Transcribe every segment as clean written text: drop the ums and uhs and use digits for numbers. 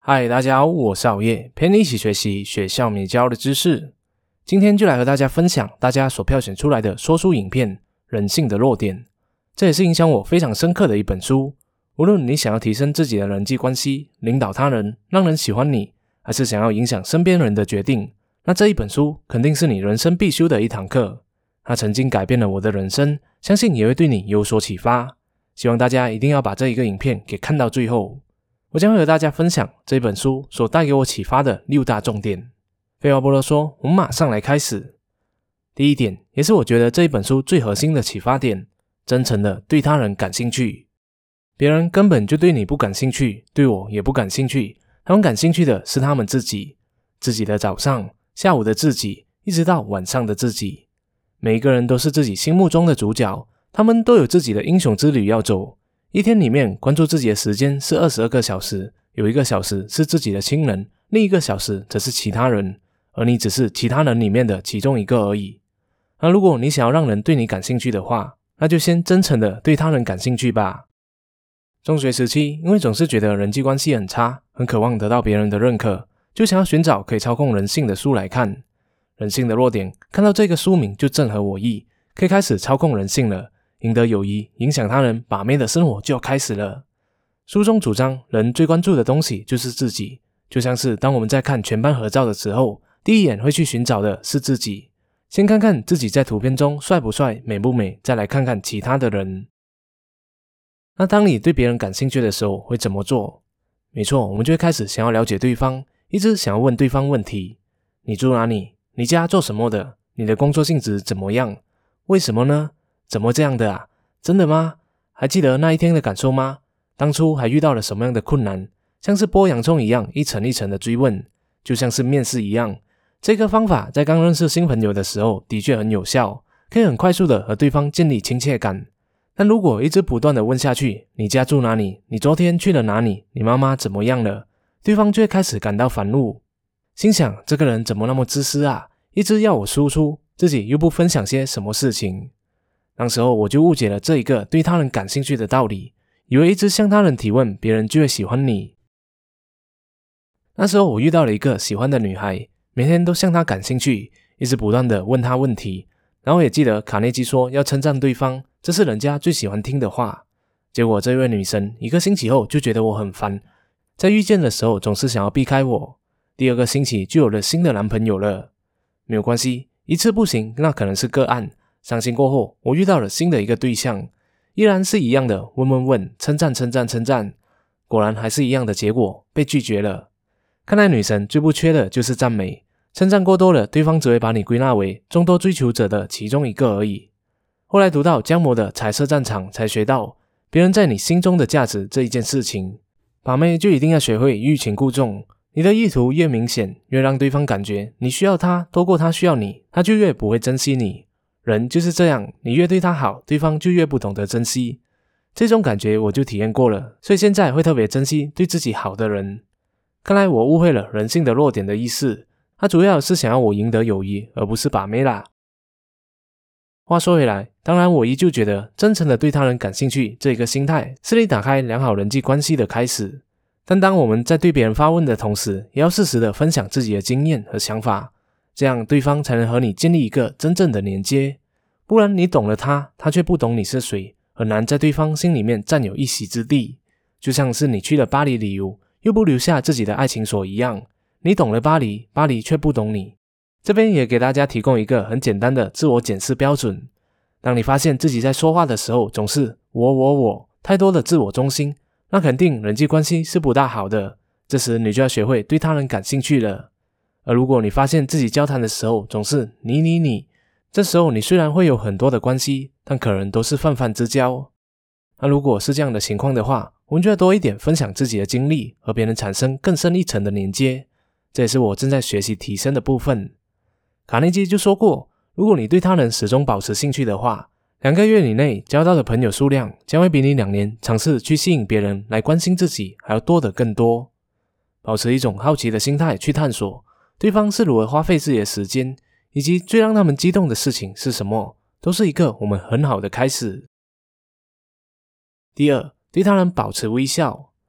嗨，大家好，我是熬夜，陪你一起学习学校没教的知识。今天就来和大家分享大家所票选出来的说书影片《人性的弱点》，这也是影响我非常深刻的一本书。无论你想要提升自己的人际关系，领导他人，让人喜欢你，还是想要影响身边人的决定，那这一本书肯定是你人生必修的一堂课。它曾经改变了我的人生，相信也会对你有所启发。希望大家一定要把这一个影片给看到最后。我将会和大家分享这本书所带给我启发的6大重点。废话不多说，我们马上来开始。第一点，也是我觉得这一本书最核心的启发点，真诚的对他人感兴趣。别人根本就对你不感兴趣，对我也不感兴趣，他们感兴趣的是他们自己，自己的早上、下午的自己，一直到晚上的自己。每一个人都是自己心目中的主角，他们都有自己的英雄之旅要走。一天里面关注自己的时间是22个小时，有1个小时是自己的亲人，另1个小时则是其他人，而你只是其他人里面的其中一个而已。那如果你想要让人对你感兴趣的话，那就先真诚的对他人感兴趣吧。中学时期，因为总是觉得人际关系很差，很渴望得到别人的认可，就想要寻找可以操控人性的书来看。人性的弱点，看到这个书名就正合我意，可以开始操控人性了，赢得友谊，影响他人，把妹的生活就要开始了。书中主张，人最关注的东西就是自己，就像是当我们在看全班合照的时候，第一眼会去寻找的是自己，先看看自己在图片中帅不帅，美不美，再来看看其他的人。那当你对别人感兴趣的时候，会怎么做？没错，我们就会开始想要了解对方，一直想要问对方问题。你住哪里？你家做什么的？你的工作性质怎么样？为什么呢？怎么这样的啊？真的吗？还记得那一天的感受吗？当初还遇到了什么样的困难？像是剥洋葱一样，一层一层的追问，就像是面试一样。这个方法在刚认识新朋友的时候的确很有效，可以很快速的和对方建立亲切感。但如果一直不断的问下去，你家住哪里？你昨天去了哪里？你妈妈怎么样了？对方就会开始感到烦怒，心想这个人怎么那么自私啊，一直要我输出，自己又不分享些什么事情。当时候我就误解了这一个对他人感兴趣的道理，以为一直向他人提问，别人就会喜欢你。那时候我遇到了一个喜欢的女孩，每天都向她感兴趣，一直不断的问她问题，然后也记得卡内基说要称赞对方，这是人家最喜欢听的话。结果这位女生1个星期后就觉得我很烦，在遇见的时候总是想要避开我，第2个星期就有了新的男朋友了。没有关系，一次不行，那可能是个案。伤心过后，我遇到了新的一个对象，依然是一样的问，称赞，果然还是一样的结果，被拒绝了。看来女神最不缺的就是赞美，称赞过多了，对方只会把你归纳为众多追求者的其中一个而已。后来读到姜模的彩色战场，才学到别人在你心中的价值这一件事情。把妹就一定要学会欲擒故纵，你的意图越明显，越让对方感觉你需要他多过他需要你，他就越不会珍惜你。人就是这样，你越对他好，对方就越不懂得珍惜。这种感觉我就体验过了，所以现在会特别珍惜对自己好的人。看来我误会了人性的弱点的意思，他主要是想要我赢得友谊，而不是把妹啦。话说回来，当然我依旧觉得真诚的对他人感兴趣这个心态是你打开良好人际关系的开始。但当我们在对别人发问的同时，也要适时的分享自己的经验和想法，这样对方才能和你建立一个真正的连接。不然你懂了他，他却不懂你是谁，很难在对方心里面占有一席之地。就像是你去了巴黎旅游，又不留下自己的爱情锁一样，你懂了巴黎，巴黎却不懂你。这边也给大家提供一个很简单的自我检视标准。当你发现自己在说话的时候总是我，太多的自我中心，那肯定人际关系是不大好的，这时你就要学会对他人感兴趣了。而如果你发现自己交谈的时候总是你，这时候你虽然会有很多的关系，但可能都是泛泛之交。那如果是这样的情况的话，我们就要多一点分享自己的经历，和别人产生更深一层的连接，这也是我正在学习提升的部分。卡内基就说过，如果你对他人始终保持兴趣的话，2个月以内交到的朋友数量将会比你2年尝试去吸引别人来关心自己还要多得更多。保持一种好奇的心态去探索对方是如何花费自己的时间，以及最让他们激动的事情是什么，都是一个我们很好的开始。第2，对他人保持微笑。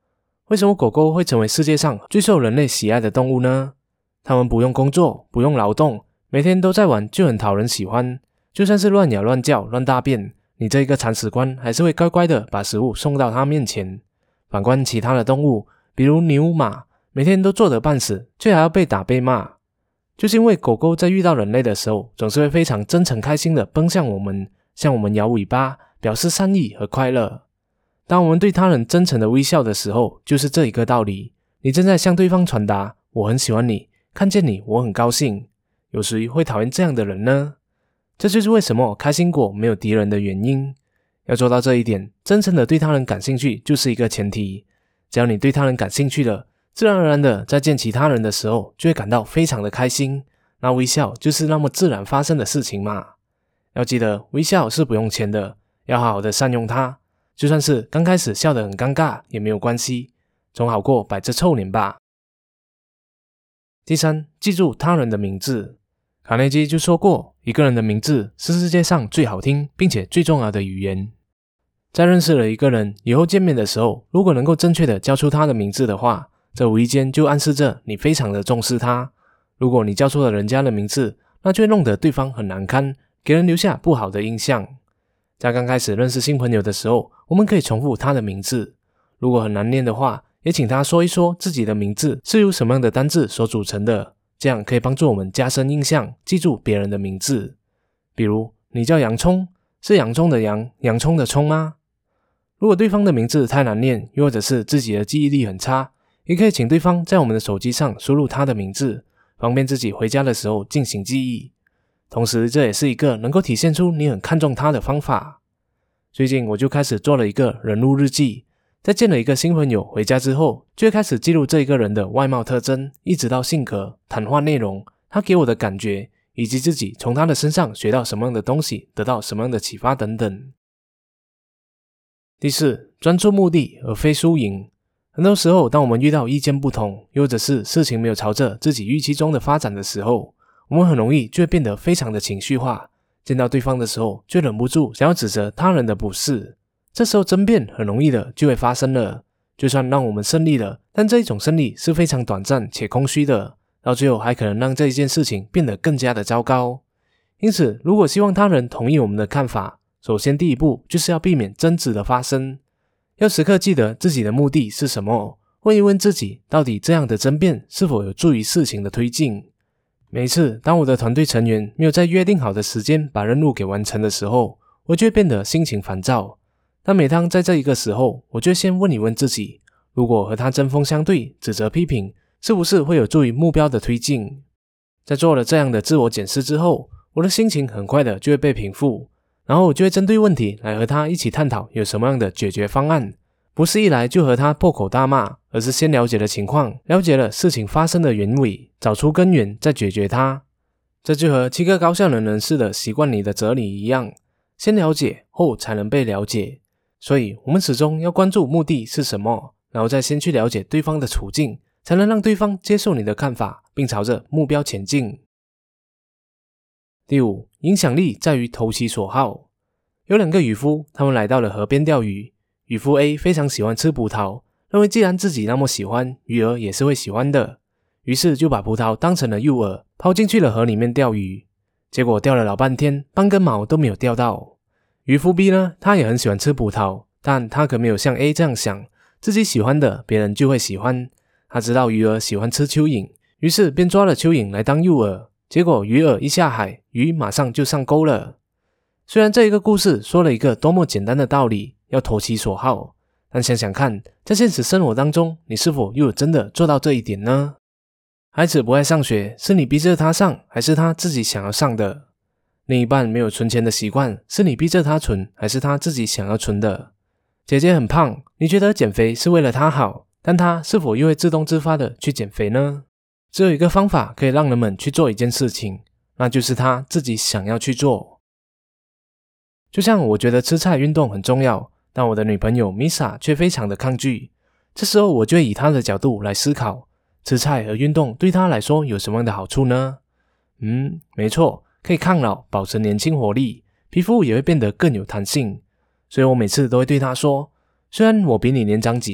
为什么狗狗会成为世界上最受人类喜爱的动物呢？它们不用工作，不用劳动，每天都在玩，就很讨人喜欢。就算是乱咬乱叫乱大便，你这一个铲屎官还是会乖乖的把食物送到它面前。反观其他的动物，比如牛马，每天都做得半死，却还要被打被骂。就是因为狗狗在遇到人类的时候，总是会非常真诚开心的奔向我们，向我们摇尾巴，表示善意和快乐。当我们对他人真诚的微笑的时候，就是这一个道理，你正在向对方传达我很喜欢你，看见你我很高兴。有谁会讨厌这样的人呢？这就是为什么开心果没有敌人的原因。要做到这一点，真诚的对他人感兴趣就是一个前提。只要你对他人感兴趣了，自然而然的在见其他人的时候就会感到非常的开心，那微笑就是那么自然发生的事情嘛。要记得微笑是不用钱的，要好好的善用它，就算是刚开始笑得很尴尬也没有关系，总好过摆着臭脸吧。第三，记住他人的名字。卡内基就说过，一个人的名字是世界上最好听并且最重要的语言。在认识了一个人以后见面的时候，如果能够正确的叫出他的名字的话，这无意间就暗示着你非常的重视他。如果你叫错了人家的名字，那就会弄得对方很难堪，给人留下不好的印象。在刚开始认识新朋友的时候，我们可以重复他的名字，如果很难念的话，也请他说一说自己的名字是由什么样的单字所组成的，这样可以帮助我们加深印象，记住别人的名字。比如你叫洋葱，是洋葱的洋，洋葱的葱吗？如果对方的名字太难念，又或者是自己的记忆力很差，也可以请对方在我们的手机上输入他的名字，方便自己回家的时候进行记忆。同时这也是一个能够体现出你很看重他的方法。最近我就开始做了一个人物日记，在见了一个新朋友回家之后，就会开始记录这一个人的外貌特征，一直到性格、谈话内容，他给我的感觉，以及自己从他的身上学到什么样的东西，得到什么样的启发等等。第四，专注目的而非输赢。很多时候当我们遇到意见不同，又或者是事情没有朝着自己预期中的发展的时候，我们很容易就会变得非常的情绪化，见到对方的时候就忍不住想要指责他人的不是，这时候争辩很容易的就会发生了。就算让我们胜利了，但这一种胜利是非常短暂且空虚的，到最后还可能让这一件事情变得更加的糟糕。因此如果希望他人同意我们的看法，首先第一步就是要避免争执的发生，要时刻记得自己的目的是什么，问一问自己到底这样的争辩是否有助于事情的推进。每一次当我的团队成员没有在约定好的时间把任务给完成的时候，我就会变得心情烦躁。但每当在这一个时候，我就会先问一问自己，如果和他针锋相对，指责批评，是不是会有助于目标的推进？在做了这样的自我检视之后，我的心情很快的就会被平复，然后我就会针对问题来和他一起探讨有什么样的解决方案，不是一来就和他破口大骂，而是先了解了情况，了解了事情发生的原委，找出根源再解决它。这就和7个高效能人士的习惯里的哲理一样，先了解后才能被了解。所以我们始终要关注目的是什么，然后再先去了解对方的处境，才能让对方接受你的看法，并朝着目标前进。第五，影响力在于投其所好。有2个渔夫，他们来到了河边钓鱼。渔夫 A 非常喜欢吃葡萄，认为既然自己那么喜欢，鱼儿也是会喜欢的，于是就把葡萄当成了诱饵，抛进去了河里面钓鱼。结果钓了老半天，半根毛都没有钓到。渔夫 B 呢，他也很喜欢吃葡萄，但他可没有像 A 这样想，自己喜欢的别人就会喜欢。他知道鱼儿喜欢吃蚯蚓，于是便抓了蚯蚓来当诱饵，结果鱼饵一下海，鱼马上就上钩了。虽然这一个故事说了一个多么简单的道理，要投其所好，但想想看，在现实生活当中，你是否又有真的做到这一点呢？孩子不爱上学，是你逼着他上，还是他自己想要上的？另一半没有存钱的习惯，是你逼着他存，还是他自己想要存的？姐姐很胖，你觉得减肥是为了她好，但她是否又会自动自发的去减肥呢？只有一个方法可以让人们去做一件事情，那就是他自己想要去做。就像我觉得吃菜运动很重要，但我的女朋友 Misa 却非常的抗拒。这时候我就会以她的角度来思考，吃菜和运动对她来说有什么样的好处呢？没错，可以抗老，保持年轻活力，皮肤也会变得更有弹性。所以我每次都会对她说，虽然我比你年长几岁，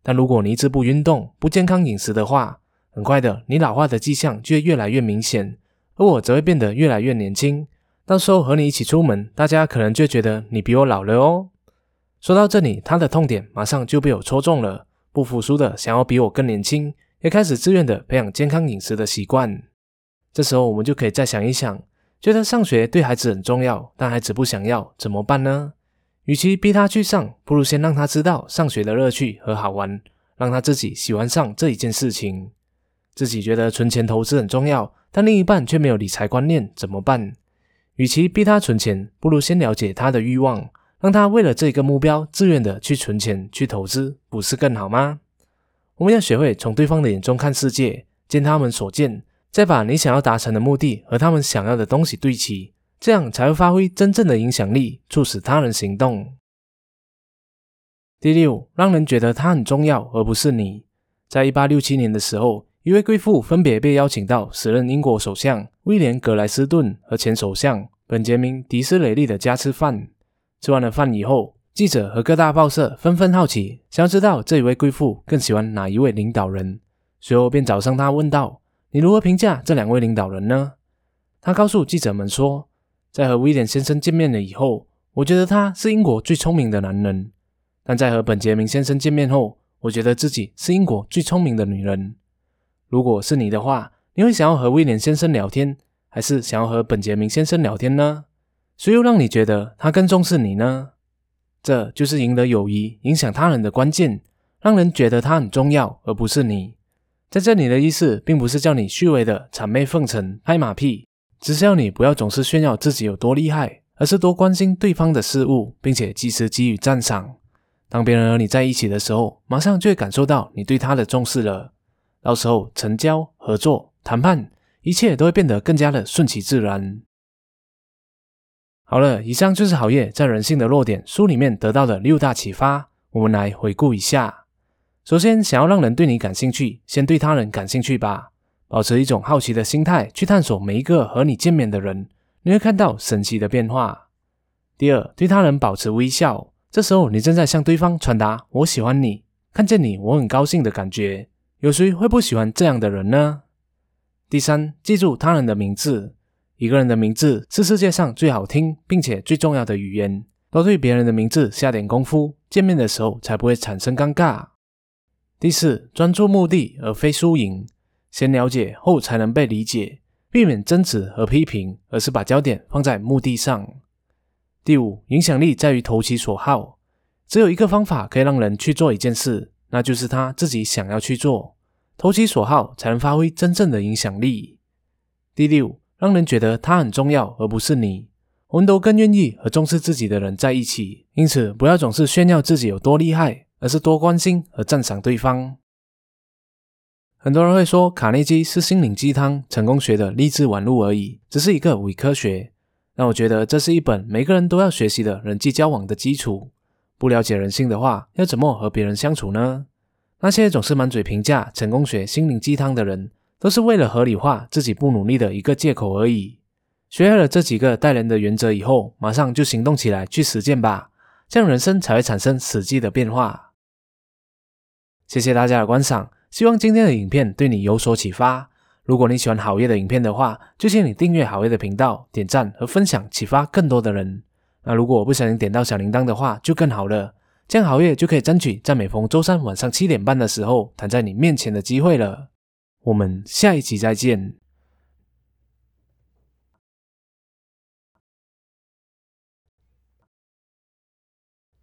但如果你一直不运动、不健康饮食的话，很快的你老化的迹象就会越来越明显，而我则会变得越来越年轻。到时候和你一起出门，大家可能就觉得你比我老了哦。说到这里，他的痛点马上就被我戳中了，不服输的想要比我更年轻，也开始自愿的培养健康饮食的习惯。这时候我们就可以再想一想，觉得上学对孩子很重要，但孩子不想要，怎么办呢？与其逼他去上，不如先让他知道上学的乐趣和好玩，让他自己喜欢上这一件事情。自己觉得存钱投资很重要，但另一半却没有理财观念，怎么办？与其逼他存钱，不如先了解他的欲望，让他为了这个目标自愿的去存钱去投资，不是更好吗？我们要学会从对方的眼中看世界，见他们所见，再把你想要达成的目的和他们想要的东西对齐，这样才会发挥真正的影响力，促使他人行动。第六，让人觉得他很重要而不是你。在1867年的时候，一位贵妇分别被邀请到时任英国首相威廉·格莱斯顿和前首相本杰明·迪斯雷利的家吃饭。吃完了饭以后，记者和各大报社纷纷好奇，想要知道这一位贵妇更喜欢哪一位领导人。随后便找上他问道：你如何评价这两位领导人呢？他告诉记者们说，在和威廉先生见面了以后，我觉得他是英国最聪明的男人，但在和本杰明先生见面后，我觉得自己是英国最聪明的女人。如果是你的话，你会想要和威廉先生聊天，还是想要和本杰明先生聊天呢？谁又让你觉得他更重视你呢？这就是赢得友谊、影响他人的关键，让人觉得他很重要，而不是你。在这里的意思并不是叫你虚伪的谄媚奉承、拍马屁，只是要你不要总是炫耀自己有多厉害，而是多关心对方的事物，并且及时给予赞赏。当别人和你在一起的时候，马上就会感受到你对他的重视了。到时候成交、合作、谈判，一切都会变得更加的顺其自然。好了，以上就是好业在人性的弱点书里面得到的6大启发，我们来回顾一下。首先，想要让人对你感兴趣，先对他人感兴趣吧。保持一种好奇的心态去探索每一个和你见面的人，你会看到神奇的变化。第二，对他人保持微笑，这时候你正在向对方传达我喜欢你，看见你我很高兴的感觉。有谁会不喜欢这样的人呢？第三，记住他人的名字。一个人的名字是世界上最好听并且最重要的语言，多对别人的名字下点功夫，见面的时候才不会产生尴尬。第四，专注目的而非输赢，先了解后才能被理解，避免争执和批评，而是把焦点放在目的上。第五，影响力在于投其所好，只有一个方法可以让人去做一件事，那就是他自己想要去做，投其所好才能发挥真正的影响力。第六，让人觉得他很重要而不是你。我们都更愿意和重视自己的人在一起，因此不要总是炫耀自己有多厉害，而是多关心和赞赏对方。很多人会说卡内基是心灵鸡汤、成功学的励志玩物而已，只是一个伪科学。但我觉得这是一本每个人都要学习的人际交往的基础。不了解人性的话，要怎么和别人相处呢？那些总是满嘴评价成功学、心灵鸡汤的人，都是为了合理化自己不努力的一个借口而已。学会了这几个带人的原则以后，马上就行动起来去实践吧，这样人生才会产生实际的变化。谢谢大家的观赏，希望今天的影片对你有所启发。如果你喜欢好业的影片的话，就请你订阅好业的频道，点赞和分享，启发更多的人。那如果我不小心点到小铃铛的话，就更好了，这样好业就可以争取在每逢周三晚上7点半的时候弹在你面前的机会了。我们下一集再见。